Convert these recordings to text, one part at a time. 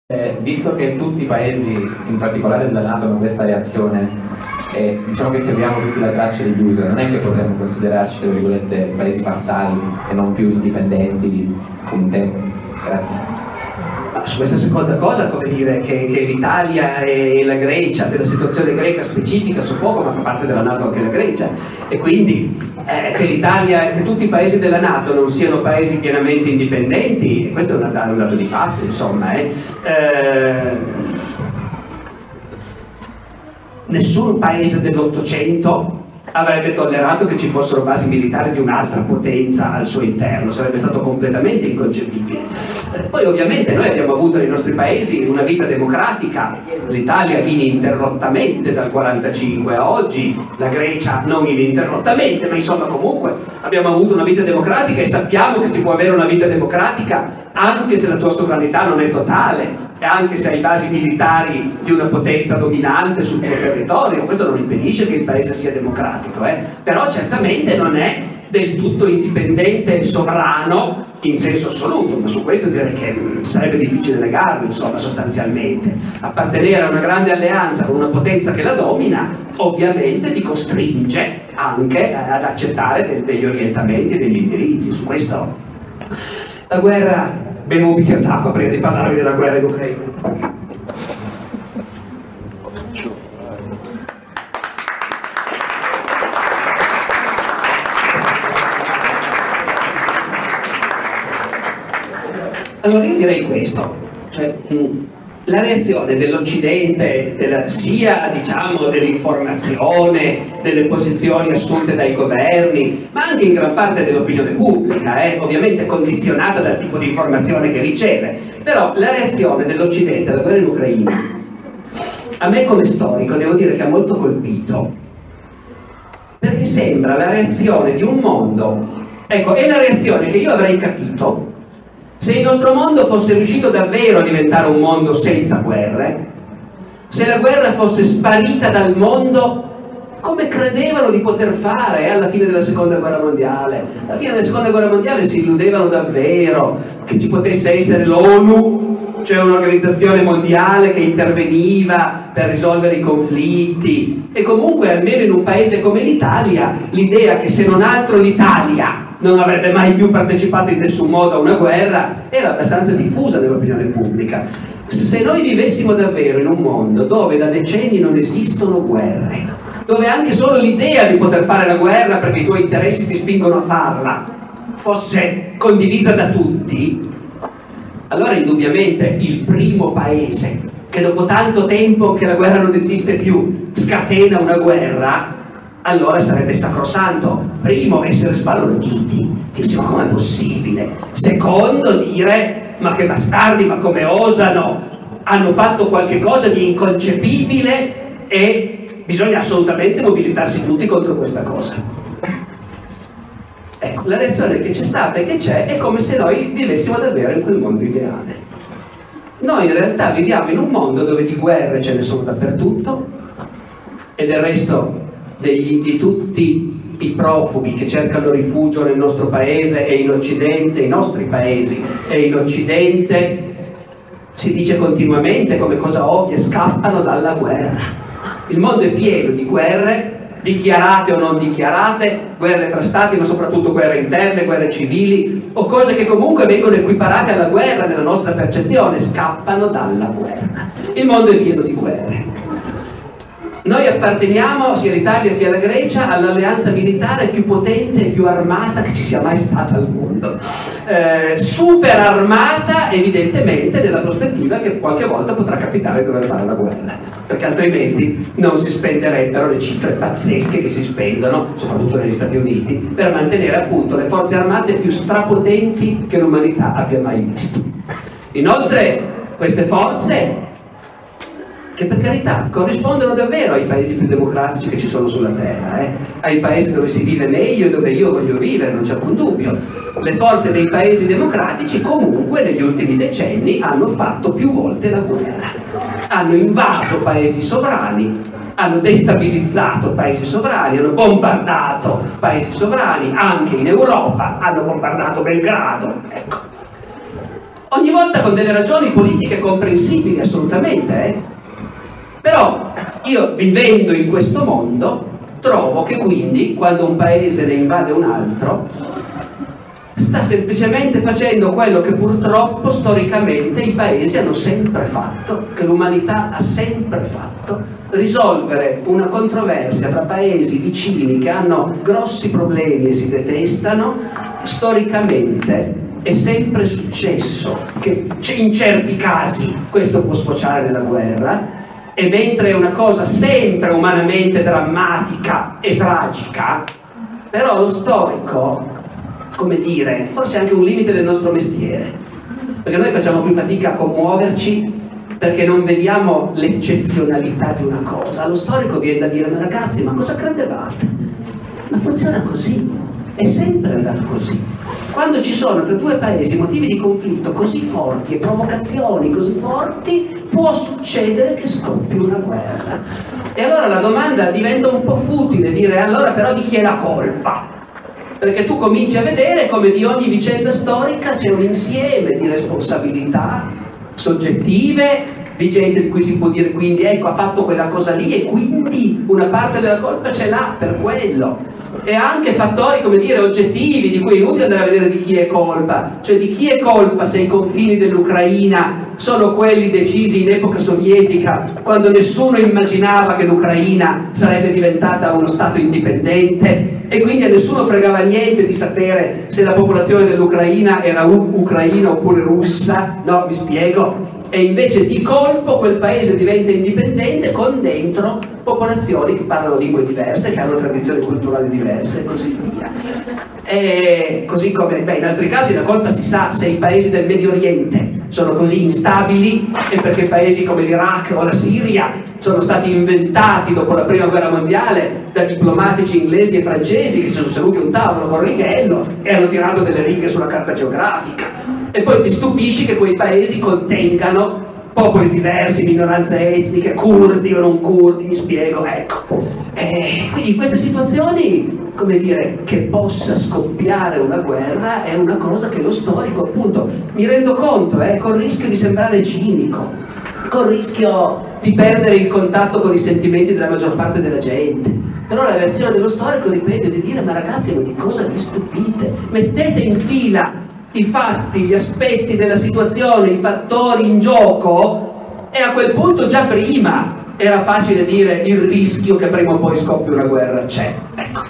Visto che tutti i paesi, in particolare della NATO, hanno questa reazione, diciamo che seguiamo tutti la traccia degli USA, non è che potremmo considerarci, tra virgolette, paesi vassali e non più indipendenti come un tempo? Grazie. Ma su questa seconda cosa, come dire, che l'Italia e la Grecia, della situazione greca specifica, so poco, ma fa parte della NATO anche la Grecia, e quindi che l'Italia, che tutti i paesi della NATO non siano paesi pienamente indipendenti, questo è un dato di fatto, insomma. Nessun paese dell'Ottocento avrebbe tollerato che ci fossero basi militari di un'altra potenza al suo interno, sarebbe stato completamente inconcepibile. Poi ovviamente noi abbiamo avuto nei nostri paesi una vita democratica, l'Italia ininterrottamente dal 1945 a oggi, la Grecia non ininterrottamente, ma insomma comunque abbiamo avuto una vita democratica e sappiamo che si può avere una vita democratica anche se la tua sovranità non è totale e anche se hai basi militari di una potenza dominante sul tuo territorio. Questo non impedisce che il paese sia democratico, però certamente non è del tutto indipendente e sovrano in senso assoluto, ma su questo direi che sarebbe difficile negarlo, insomma, sostanzialmente. Appartenere a una grande alleanza con una potenza che la domina ovviamente ti costringe anche ad accettare degli orientamenti, degli indirizzi. Su questo la guerra, bevo un bicchiere d'acqua prima di parlare della guerra in Ucraina. Allora io direi questo, cioè la reazione dell'Occidente, sia diciamo dell'informazione, delle posizioni assunte dai governi, ma anche in gran parte dell'opinione pubblica, ovviamente condizionata dal tipo di informazione che riceve, però la reazione dell'Occidente alla guerra in Ucraina, a me come storico devo dire che ha molto colpito, perché sembra la reazione di un mondo, ecco, è la reazione che io avrei capito se il nostro mondo fosse riuscito davvero a diventare un mondo senza guerre, se la guerra fosse sparita dal mondo come credevano di poter fare alla fine della seconda guerra mondiale. Alla fine della seconda guerra mondiale si illudevano davvero che ci potesse essere l'ONU, cioè un'organizzazione mondiale che interveniva per risolvere i conflitti, e comunque almeno in un paese come l'Italia l'idea che se non altro l'Italia non avrebbe mai più partecipato in nessun modo a una guerra era abbastanza diffusa nell'opinione pubblica. Se noi vivessimo davvero in un mondo dove da decenni non esistono guerre, dove anche solo l'idea di poter fare la guerra perché i tuoi interessi ti spingono a farla fosse condivisa da tutti, allora indubbiamente il primo paese che dopo tanto tempo che la guerra non esiste più scatena una guerra, allora sarebbe sacrosanto, primo, essere sbalorditi, dirsi ma com'è possibile, secondo dire ma che bastardi, ma come osano, hanno fatto qualche cosa di inconcepibile e bisogna assolutamente mobilitarsi tutti contro questa cosa. Ecco, la reazione che c'è stata e che c'è è come se noi vivessimo davvero in quel mondo ideale. Noi in realtà viviamo in un mondo dove di guerre ce ne sono dappertutto e del resto di tutti i profughi che cercano rifugio nel nostro paese e in Occidente, i nostri paesi e in Occidente, si dice continuamente come cosa ovvia, scappano dalla guerra. Il mondo è pieno di guerre, dichiarate o non dichiarate, guerre tra stati, ma soprattutto guerre interne, guerre civili, o cose che comunque vengono equiparate alla guerra nella nostra percezione, scappano dalla guerra. Il mondo è pieno di guerre. Noi apparteniamo, sia l'Italia sia la Grecia, all'alleanza militare più potente e più armata che ci sia mai stata al mondo. Super armata, evidentemente, nella prospettiva che qualche volta potrà capitare di dover fare la guerra, perché altrimenti non si spenderebbero le cifre pazzesche che si spendono, soprattutto negli Stati Uniti, per mantenere appunto le forze armate più strapotenti che l'umanità abbia mai visto. Inoltre, queste forze, che per carità corrispondono davvero ai paesi più democratici che ci sono sulla terra, ai paesi dove si vive meglio e dove io voglio vivere, non c'è alcun dubbio. Le forze dei paesi democratici comunque negli ultimi decenni hanno fatto più volte la guerra, hanno invaso paesi sovrani, hanno destabilizzato paesi sovrani, hanno bombardato paesi sovrani, anche in Europa hanno bombardato Belgrado, ecco. ogni volta con delle ragioni politiche comprensibili assolutamente, Però io, vivendo in questo mondo, trovo che quindi quando un paese ne invade un altro sta semplicemente facendo quello che purtroppo storicamente i paesi hanno sempre fatto, che l'umanità ha sempre fatto: risolvere una controversia fra paesi vicini che hanno grossi problemi e si detestano. Storicamente è sempre successo che in certi casi questo può sfociare nella guerra, e mentre è una cosa sempre umanamente drammatica e tragica, però lo storico, come dire, forse è anche un limite del nostro mestiere, perché noi facciamo più fatica a commuoverci perché non vediamo l'eccezionalità di una cosa. Allo storico viene da dire: ma ragazzi, ma cosa credevate? Ma funziona così, è sempre andato così. Quando ci sono tra due paesi motivi di conflitto così forti e provocazioni così forti, può succedere che scoppi una guerra. E allora la domanda diventa un po' futile, dire: allora però di chi è la colpa? Perché tu cominci a vedere come di ogni vicenda storica c'è un insieme di responsabilità soggettive, di gente di cui si può dire quindi ecco ha fatto quella cosa lì e quindi una parte della colpa ce l'ha per quello, e anche fattori, come dire, oggettivi di cui è inutile andare a vedere di chi è colpa, cioè di chi è colpa se i confini dell'Ucraina sono quelli decisi in epoca sovietica, quando nessuno immaginava che l'Ucraina sarebbe diventata uno stato indipendente, e quindi a nessuno fregava niente di sapere se la popolazione dell'Ucraina era ucraina oppure russa, no, mi spiego. E invece di colpo quel paese diventa indipendente con dentro popolazioni che parlano lingue diverse, che hanno tradizioni culturali diverse e così via. E così come in altri casi la colpa si sa: se i paesi del Medio Oriente sono così instabili è perché paesi come l'Iraq o la Siria sono stati inventati dopo la prima guerra mondiale da diplomatici inglesi e francesi che si sono seduti a un tavolo con righello e hanno tirato delle righe sulla carta geografica. E poi ti stupisci che quei paesi contengano popoli diversi, minoranze etniche, curdi o non curdi, mi spiego, ecco. Quindi in queste situazioni, come dire, che possa scoppiare una guerra è una cosa che lo storico, appunto, mi rendo conto, col rischio di sembrare cinico, col rischio di perdere il contatto con i sentimenti della maggior parte della gente. Però la reazione dello storico, ripeto, è di dire: ma ragazzi, ma di cosa vi stupite? Mettete in fila i fatti, gli aspetti della situazione, i fattori in gioco, e a quel punto già prima era facile dire: il rischio che prima o poi scoppi una guerra c'è, ecco.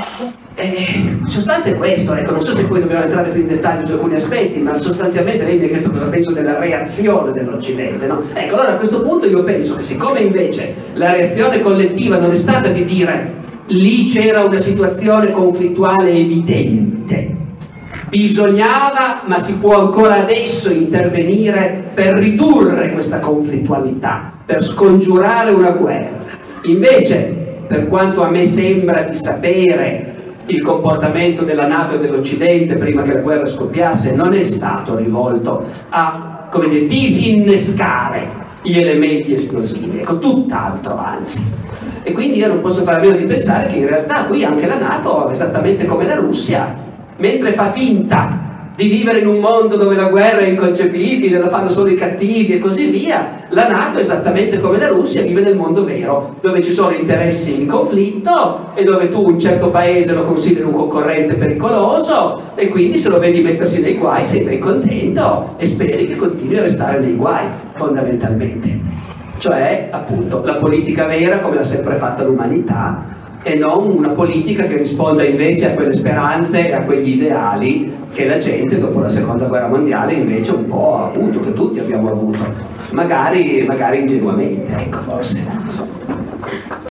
In sostanza è questo, ecco. Non so se poi dobbiamo entrare più in dettaglio su alcuni aspetti, ma sostanzialmente lei mi ha chiesto cosa penso della reazione dell'Occidente, no? Ecco, allora a questo punto io penso che siccome invece la reazione collettiva non è stata di dire lì c'era una situazione conflittuale evidente, bisognava, ma si può ancora adesso intervenire per ridurre questa conflittualità, per scongiurare una guerra. Invece, per quanto a me sembra di sapere, il comportamento della NATO e dell'Occidente prima che la guerra scoppiasse non è stato rivolto a, come dire, disinnescare gli elementi esplosivi, ecco, tutt'altro anzi. E quindi io non posso fare a meno di pensare che in realtà qui anche la NATO, esattamente come la Russia, mentre fa finta di vivere in un mondo dove la guerra è inconcepibile, la fanno solo i cattivi e così via, la NATO, esattamente come la Russia, vive nel mondo vero, dove ci sono interessi in conflitto e dove tu un certo paese lo consideri un concorrente pericoloso e quindi se lo vedi mettersi nei guai sei ben contento e speri che continui a restare nei guai, fondamentalmente. Cioè, appunto, la politica vera come l'ha sempre fatta l'umanità, e non una politica che risponda invece a quelle speranze e a quegli ideali che la gente dopo la seconda guerra mondiale invece un po' ha avuto, che tutti abbiamo avuto, magari ingenuamente, ecco, forse.